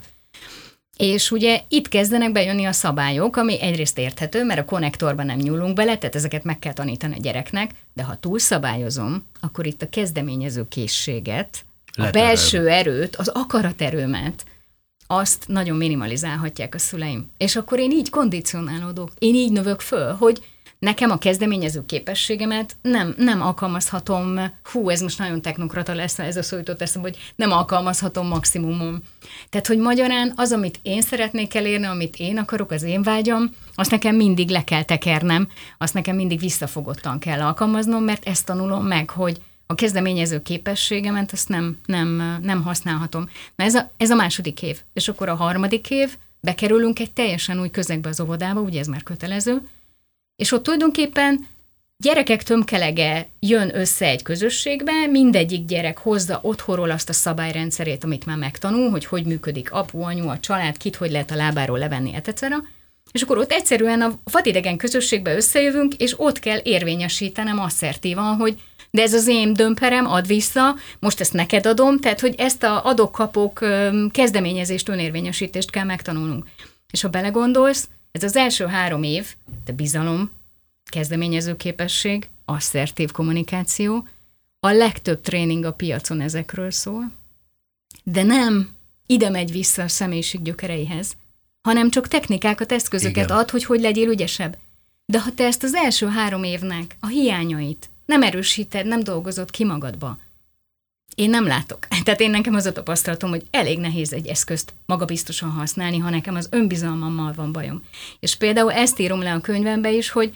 És ugye itt kezdenek bejönni a szabályok, ami egyrészt érthető, mert a konnektorban nem nyúlunk bele, tehát ezeket meg kell tanítani a gyereknek, de ha túlszabályozom, akkor itt a kezdeményező készséget, a belső erőt, az akaraterőmet, azt nagyon minimalizálhatják a szüleim. És akkor én így kondicionálódok, én így növök föl, hogy nekem a kezdeményező képességemet nem, nem alkalmazhatom, hú, ez most nagyon technokrata lesz, ez a szó jutott eszembe, hogy nem alkalmazhatom maximumon. Tehát, hogy magyarán az, amit én szeretnék elérni, amit én akarok, az én vágyam, azt nekem mindig le kell tekernem, azt nekem mindig visszafogottan kell alkalmaznom, mert ezt tanulom meg, hogy a kezdeményező képességemet azt nem, nem, nem használhatom. Na ez a, ez a második év. És akkor a harmadik év, bekerülünk egy teljesen új közegbe az óvodába, ugye ez már kötelező, és ott tulajdonképpen gyerekek tömkelege jön össze egy közösségbe, mindegyik gyerek hozza otthonról azt a szabályrendszerét, amit már megtanul, hogy hogy működik apu, anyu, a család, kit hogy lehet a lábáról levenni, et cetera. És akkor ott egyszerűen a vadidegen közösségbe összejövünk, és ott kell érvényesítenem asszertívan, hogy de ez az én dömperem, add vissza, most ezt neked adom, tehát hogy ezt a adok-kapok kezdeményezést, önérvényesítést kell megtanulnunk. És ha belegondolsz, ez az első három év, de bizalom, kezdeményező képesség, asszertív kommunikáció, a legtöbb tréning a piacon ezekről szól, de nem ide megy vissza a személyiség gyökereihez, hanem csak technikákat, eszközöket Igen. ad, hogy hogy legyél ügyesebb. De ha te ezt az első három évnek a hiányait nem erősíted, nem dolgozod ki magadba, én nem látok. Tehát én nekem az a tapasztalatom, hogy elég nehéz egy eszközt magabiztosan használni, ha nekem az önbizalmammal van bajom. És például ezt írom le a könyvembe is, hogy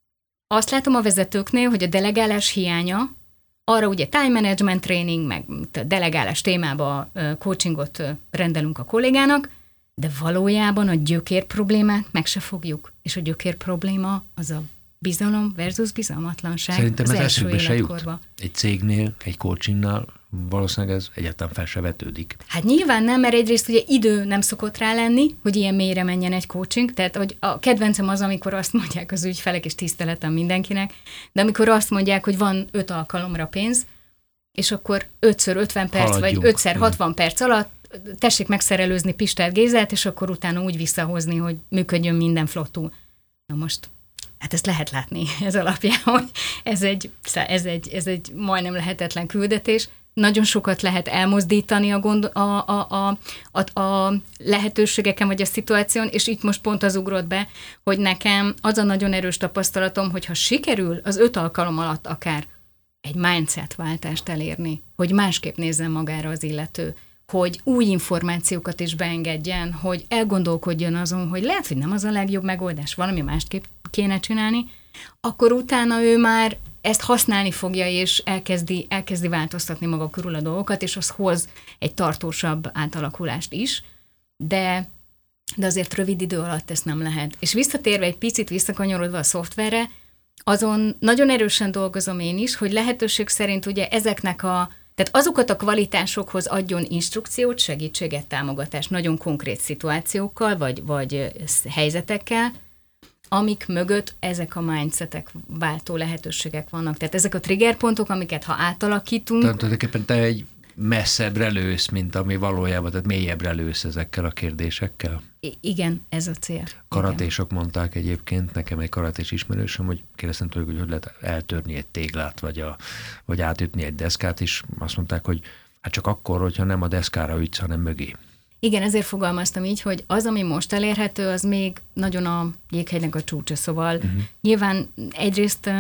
azt látom a vezetőknél, hogy a delegálás hiánya, arra ugye time management training, meg delegálás témába coachingot rendelünk a kollégának, de valójában a gyökér problémát meg se fogjuk. És a gyökér probléma az a bizalom versus bizalmatlanság. Szerintem az ez első eszükbe se jut. életkorba. Egy cégnél, egy coachingnál valószínűleg ez egyáltalán fel se vetődik. Hát nyilván nem, mert egyrészt ugye idő nem szokott rá lenni, hogy ilyen mélyre menjen egy coaching, tehát hogy a kedvencem az, amikor azt mondják az ügyfelek, és tiszteletem mindenkinek, de amikor azt mondják, hogy van öt alkalomra pénz, és akkor ötször ötven perc, Haladjunk. vagy ötszer hatvan perc alatt tessék megszerelőzni Pistát, Gézát, és akkor utána úgy visszahozni, hogy működjön minden flottul. Na most, hát ezt lehet látni ez alapján, hogy ez egy, ez egy, ez egy majdnem lehetetlen küldetés. Nagyon sokat lehet elmozdítani a, gond, a, a, a, a, a lehetőségeken, vagy a szituáción, és itt most pont az ugrott be, hogy nekem az a nagyon erős tapasztalatom, hogyha sikerül az öt alkalom alatt akár egy mindset váltást elérni, hogy másképp nézzen magára az illető, hogy új információkat is beengedjen, hogy elgondolkodjon azon, hogy lehet, hogy nem az a legjobb megoldás, valami másképp kéne csinálni, akkor utána ő már ezt használni fogja, és elkezdi, elkezdi változtatni maga körül a dolgokat, és az hoz egy tartósabb átalakulást is, de, de azért rövid idő alatt ezt nem lehet. És visszatérve egy picit, visszakanyarodva a szoftverre, azon nagyon erősen dolgozom én is, hogy lehetőség szerint ugye ezeknek a, tehát azokat a kvalitásokhoz adjon instrukciót, segítséget, támogatást nagyon konkrét szituációkkal, vagy, vagy helyzetekkel, amik mögött ezek a mindsetek váltó lehetőségek vannak. Tehát ezek a triggerpontok, amiket ha átalakítunk... Tehát tulajdonképpen te egy messzebbre lősz, mint ami valójában, tehát mélyebbre lősz ezekkel a kérdésekkel. I- igen, ez a cél. Karatésok igen. mondták egyébként, nekem egy karatés ismerősöm, hogy kérdeztem tőlük, hogy hogy lehet eltörni egy téglát, vagy, a, vagy átütni egy deszkát, és azt mondták, hogy hát csak akkor, hogyha nem a deszkára ütsz, hanem mögé. Igen, ezért fogalmaztam így, hogy az, ami most elérhető, az még nagyon a jéghegynek a csúcsa, szóval uh-huh. nyilván egyrészt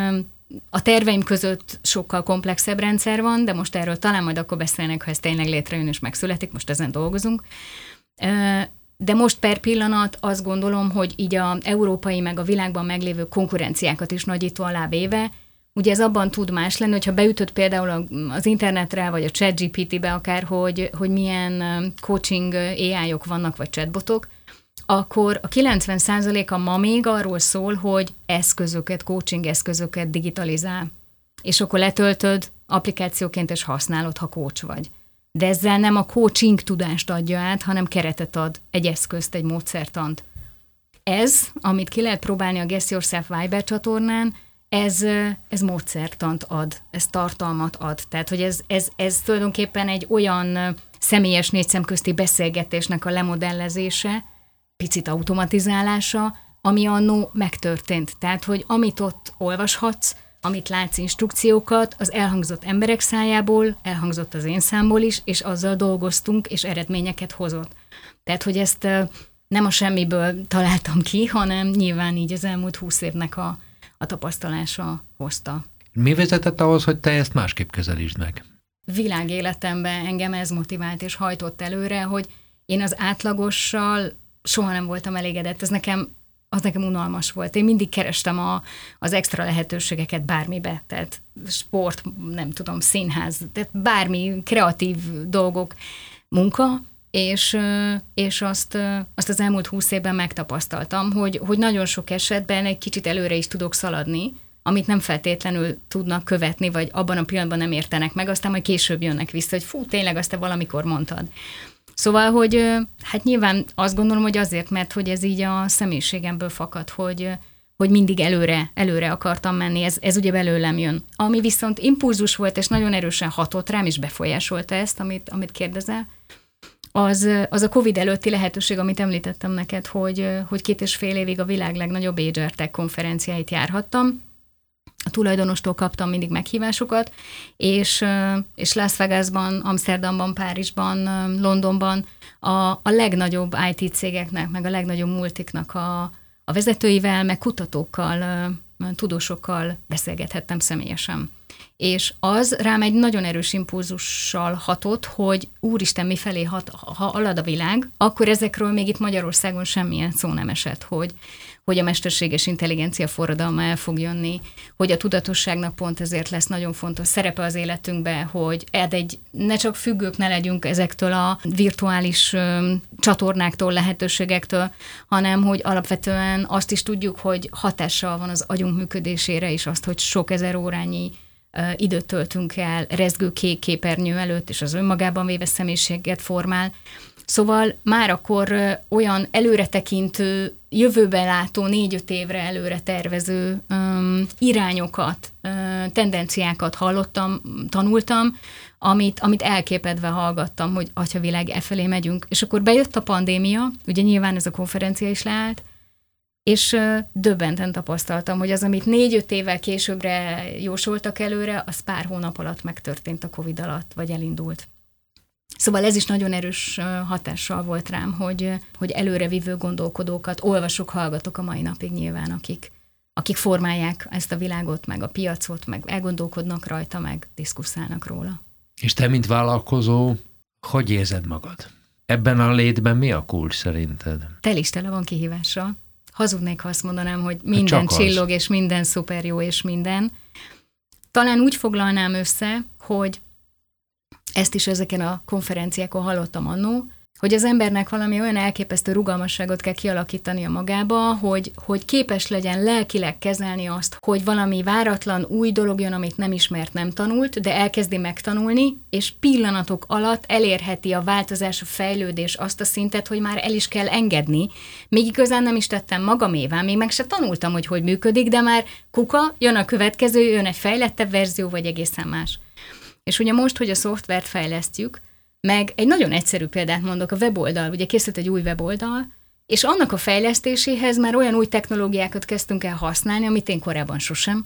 a terveim között sokkal komplexebb rendszer van, de most erről talán majd akkor beszélnek, ha ez tényleg létrejön és megszületik, most ezen dolgozunk. De most per pillanat azt gondolom, hogy így az európai meg a világban meglévő konkurenciákat is nagyító alá véve, ugye ez abban tud más lenni, hogyha beütött például az internetre, vagy a ChatGPT-be akár, hogy, hogy milyen coaching á í-ok vannak, vagy chatbotok, akkor a kilencven százaléka ma még arról szól, hogy eszközöket, coaching eszközöket digitalizál. És akkor letöltöd applikációként, és használod, ha coach vagy. De ezzel nem a coaching tudást adja át, hanem keretet ad, egy eszközt, egy módszertant. Ez, amit ki lehet próbálni a Guess Yourself Viber csatornán, ez, ez módszertant ad, ez tartalmat ad. Tehát, hogy ez, ez, ez tulajdonképpen egy olyan személyes négy szem közti beszélgetésnek a lemodellezése, picit automatizálása, ami annó megtörtént. Tehát, hogy amit ott olvashatsz, amit látsz instrukciókat, az elhangzott emberek szájából, elhangzott az én számból is, és azzal dolgoztunk, és eredményeket hozott. Tehát, hogy ezt nem a semmiből találtam ki, hanem nyilván így az elmúlt húsz évnek a, a tapasztalása hozta. Mi vezetett ahhoz, hogy te ezt másképp közelítsd meg? Világéletemben engem ez motivált és hajtott előre, hogy én az átlagossal soha nem voltam elégedett. Ez nekem, az nekem unalmas volt. Én mindig kerestem a, az extra lehetőségeket bármibe, tehát sport, nem tudom, színház, tehát bármi kreatív dolgok, munka, és, és azt, azt az elmúlt húsz évben megtapasztaltam, hogy, hogy nagyon sok esetben egy kicsit előre is tudok szaladni, amit nem feltétlenül tudnak követni, vagy abban a pillanatban nem értenek meg, aztán majd később jönnek vissza, hogy fú, tényleg azt te valamikor mondtad. Szóval, hogy hát nyilván azt gondolom, hogy azért, mert hogy ez így a személyiségemből fakad, hogy, hogy mindig előre, előre akartam menni, ez, ez ugye belőlem jön. Ami viszont impulzus volt, és nagyon erősen hatott rám, és befolyásolta ezt, amit, amit kérdezel, az, az a Covid előtti lehetőség, amit említettem neked, hogy, hogy két és fél évig a világ legnagyobb Age Tech konferenciáit járhattam. A tulajdonostól kaptam mindig meghívásokat, és, és Las Vegasban, Amsterdamban, Párizsban, Londonban a, a legnagyobb i té cégeknek, meg a legnagyobb multiknak a, a vezetőivel, meg kutatókkal, tudósokkal beszélgethettem személyesen. És az rám egy nagyon erős impulzussal hatott, hogy úristen, mifelé hat, ha alad a világ, akkor ezekről még itt Magyarországon semmilyen szó nem esett, hogy, hogy a mesterséges intelligencia forradalma el fog jönni, hogy a tudatosságnak pont ezért lesz nagyon fontos szerepe az életünkbe, hogy egy, ne csak függők ne legyünk ezektől a virtuális ö, csatornáktól, lehetőségektől, hanem hogy alapvetően azt is tudjuk, hogy hatással van az agyunk működésére is, azt, hogy sok ezer órányi ö, időt töltünk el rezgő kék képernyő előtt, és az önmagában véve személyiséget formál. Szóval már akkor ö, olyan előretekintő, jövőben látó, négy-öt évre előre tervező um, irányokat, uh, tendenciákat hallottam, tanultam, amit, amit elképedve hallgattam, hogy atyavilág, e felé megyünk. És akkor bejött a pandémia, ugye nyilván ez a konferencia is leállt, és uh, döbbenten tapasztaltam, hogy az, amit négy-öt évvel későbbre jósoltak előre, az pár hónap alatt megtörtént a Covid alatt, vagy elindult. Szóval ez is nagyon erős hatással volt rám, hogy, hogy előrevívő gondolkodókat olvasok, hallgatok a mai napig nyilván, akik, akik formálják ezt a világot, meg a piacot, meg elgondolkodnak rajta, meg diszkusszálnak róla. És te, mint vállalkozó, hogy érzed magad? Ebben a létben mi a kulcs szerinted? Tel is tele van kihívással. Hazudnék, ha azt mondanám, hogy minden hát csillog, és minden szuper jó, és minden. Talán úgy foglalnám össze, hogy ezt is ezeken a konferenciákon hallottam annó, hogy az embernek valami olyan elképesztő rugalmasságot kell kialakítania magába, hogy, hogy képes legyen lelkileg kezelni azt, hogy valami váratlan új dolog jön, amit nem ismert, nem tanult, de elkezdi megtanulni, és pillanatok alatt elérheti a változás, a fejlődés azt a szintet, hogy már el is kell engedni. Még igazán nem is tettem magamévá, még meg se tanultam, hogy hogy működik, de már kuka, jön a következő, jön egy fejlettebb verzió, vagy egészen más. És ugye most, hogy a szoftvert fejlesztjük, meg egy nagyon egyszerű példát mondok, a weboldal, ugye készült egy új weboldal, és annak a fejlesztéséhez már olyan új technológiákat kezdtünk el használni, amit én korábban sosem,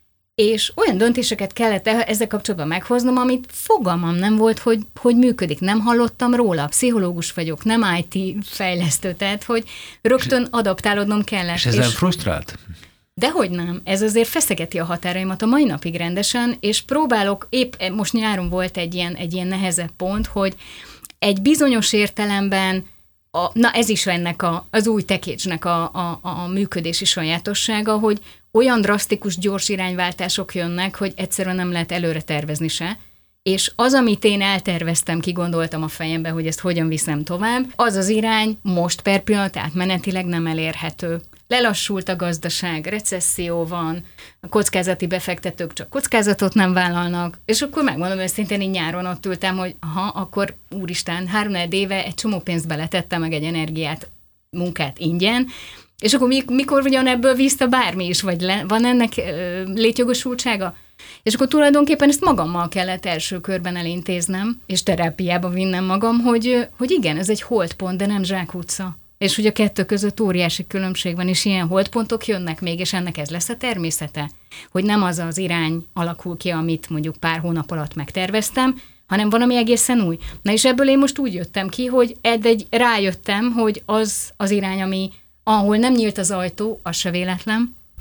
és olyan döntéseket kellett ezzel kapcsolatban meghoznom, amit fogalmam nem volt, hogy, hogy működik. Nem hallottam róla, pszichológus vagyok, nem i té fejlesztő, tehát hogy rögtön adaptálódnom kellett. És ezzel és frusztrált? Dehogy nem, ez azért feszegeti a határaimat a mai napig rendesen, és próbálok, épp most nyáron volt egy ilyen, egy ilyen nehezebb pont, hogy egy bizonyos értelemben, a, na ez is ennek a, az új tekécsnek a, a, a működési sajátossága, hogy olyan drasztikus, gyors irányváltások jönnek, hogy egyszerűen nem lehet előre tervezni se, és az, amit én elterveztem, kigondoltam a fejembe, hogy ezt hogyan viszem tovább, az az irány most per pillanat átmenetileg nem elérhető. Lelassult a gazdaság, recesszió van, a kockázati befektetők csak kockázatot nem vállalnak, és akkor megmondom őszintén, én nyáron ott ültem, hogy aha, akkor úristen, három éve egy csomó pénzt beletettem, meg egy energiát, munkát ingyen, és akkor mikor ugyan ebből vissza bármi is, vagy le, van ennek ö, létjogosultsága? És akkor tulajdonképpen ezt magammal kellett első körben elintéznem, és terápiába vinnem magam, hogy, hogy igen, ez egy holdpont, de nem zsákutca. És hogy a kettő között óriási különbség van, és ilyen holdpontok jönnek még, és ennek ez lesz a természete. Hogy nem az az irány alakul ki, amit mondjuk pár hónap alatt megterveztem, hanem valami egészen új. Na és ebből én most úgy jöttem ki, hogy egy rájöttem, hogy az az irány, ami, ahol nem nyílt az ajtó, az se véletlen,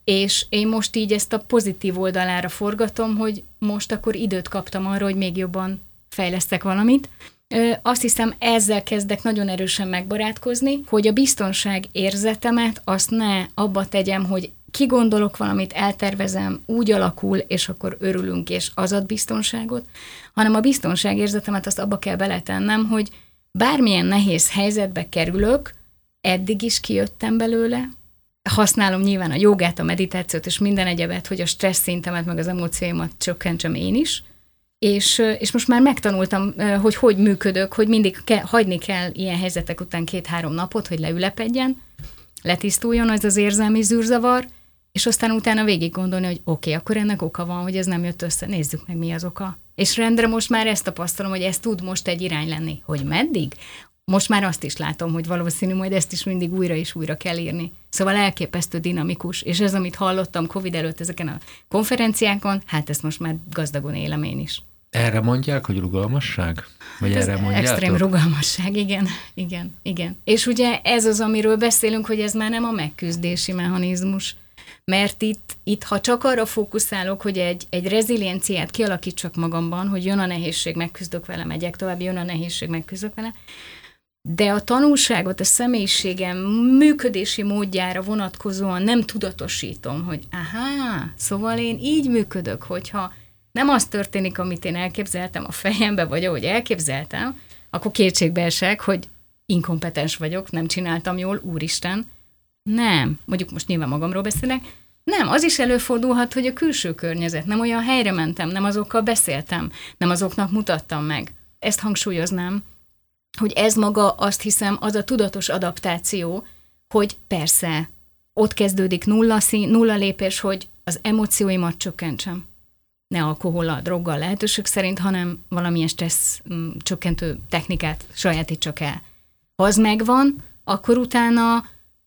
És én most így ezt a pozitív oldalára forgatom, hogy most akkor időt kaptam arra, hogy még jobban fejlesztek valamit. Azt hiszem, ezzel kezdek nagyon erősen megbarátkozni, hogy a biztonság érzetemet azt ne abba tegyem, hogy kigondolok valamit, eltervezem, úgy alakul, és akkor örülünk, és az ad biztonságot, hanem a biztonságérzetemet azt abba kell beletennem, hogy bármilyen nehéz helyzetbe kerülök, eddig is kijöttem belőle, használom nyilván a jogát, a meditációt és minden egyebet, hogy a stressz szintemet meg az emócióimat csökkentsem én is, és, és most már megtanultam, hogy hogy működök, hogy mindig ke, hagyni kell ilyen helyzetek után két-három napot, hogy leülepedjen, letisztuljon az az érzelmi zűrzavar, és aztán utána végig gondolni, hogy oké, okay, akkor ennek oka van, hogy ez nem jött össze, nézzük meg, mi az oka. És rendre most már ezt tapasztalom, hogy ez tud most egy irány lenni. Hogy meddig? Most már azt is látom, hogy valószínű, majd ezt is mindig újra és újra kell írni. Szóval elképesztő dinamikus, és ez, amit hallottam Covid előtt ezeken a konferenciákon, hát ezt most már gazdagon élem én is. Erre mondják, hogy rugalmasság? Vagy hát erre mondjátok? Extrém rugalmasság, igen, igen, igen. És ugye ez az, amiről beszélünk, hogy ez már nem a megküzdési mechanizmus, mert itt, itt ha csak arra fókuszálok, hogy egy, egy rezilienciát kialakítsak magamban, hogy jön a nehézség, megküzdök vele, megyek tovább, jön a nehézség, megküzdök vele, de a tanulságot, a személyiségem működési módjára vonatkozóan nem tudatosítom, hogy aha, szóval én így működök, hogyha nem az történik, amit én elképzeltem a fejembe, vagy ahogy elképzeltem, akkor kétségbe esek, hogy inkompetens vagyok, nem csináltam jól, úristen. Nem, mondjuk most nyilván magamról beszélek, nem, az is előfordulhat, hogy a külső környezet, nem olyan helyre mentem, nem azokkal beszéltem, nem azoknak mutattam meg. Ezt hangsúlyoznám, hogy ez maga, azt hiszem, az a tudatos adaptáció, hogy persze, ott kezdődik nulla, szín, nulla lépés, hogy az emócióimat csökkentsem. Ne alkohollal, droggal lehetőség szerint, hanem valamilyen stressz m, csökkentő technikát sajátítsak el. Ha az megvan, akkor utána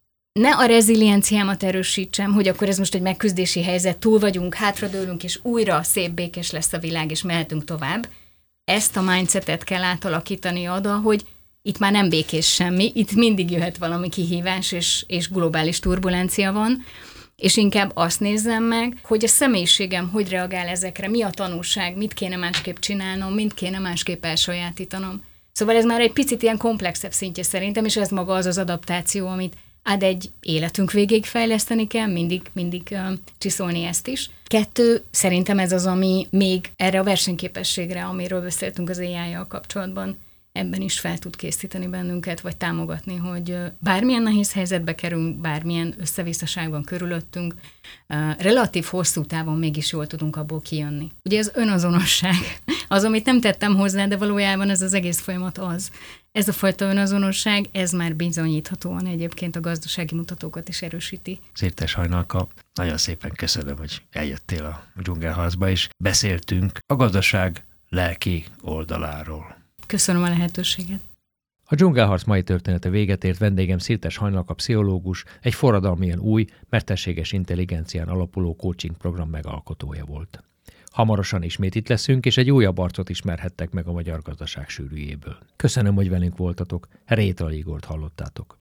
ne a rezilienciámat erősítsem, hogy akkor ez most egy megküzdési helyzet, túl vagyunk, hátradőlünk, és újra szép, békés lesz a világ, és mehetünk tovább. Ezt a mindsetet kell átalakítani oda, hogy itt már nem békés semmi, itt mindig jöhet valami kihívás, és, és globális turbulencia van, és inkább azt nézzem meg, hogy a személyiségem hogy reagál ezekre, mi a tanulság, mit kéne másképp csinálnom, mit kéne másképp elsajátítanom. Szóval ez már egy picit ilyen komplexebb szintje szerintem, és ez maga az az adaptáció, amit át egy életünk végéig fejleszteni kell, mindig, mindig uh, csiszolni ezt is. Kettő, szerintem ez az, ami még erre a versenyképességre, amiről beszéltünk az á í-jal kapcsolatban, ebben is fel tud készíteni bennünket, vagy támogatni, hogy bármilyen nehéz helyzetbe kerülünk, bármilyen összevisszaságban körülöttünk, relatív hosszú távon mégis jól tudunk abból kijönni. Ugye az önazonosság, az, amit nem tettem hozzá, de valójában ez az egész folyamat az. Ez a fajta önazonosság, ez már bizonyíthatóan egyébként a gazdasági mutatókat is erősíti. Szirtes Hajnalka, nagyon szépen köszönöm, hogy eljöttél a dzsungelharcba, és beszéltünk a gazdaság lelki oldaláról. Köszönöm a lehetőséget. A dzsungelharc mai története véget ért, vendégem Szirtes Hajnalka pszichológus, egy forradalmian új, mesterséges intelligencián alapuló coaching program megalkotója volt. Hamarosan ismét itt leszünk, és egy újabb arcot ismerhettek meg a magyar gazdaság sűrűjéből. Köszönöm, hogy velünk voltatok. Rétala Igort hallottátok.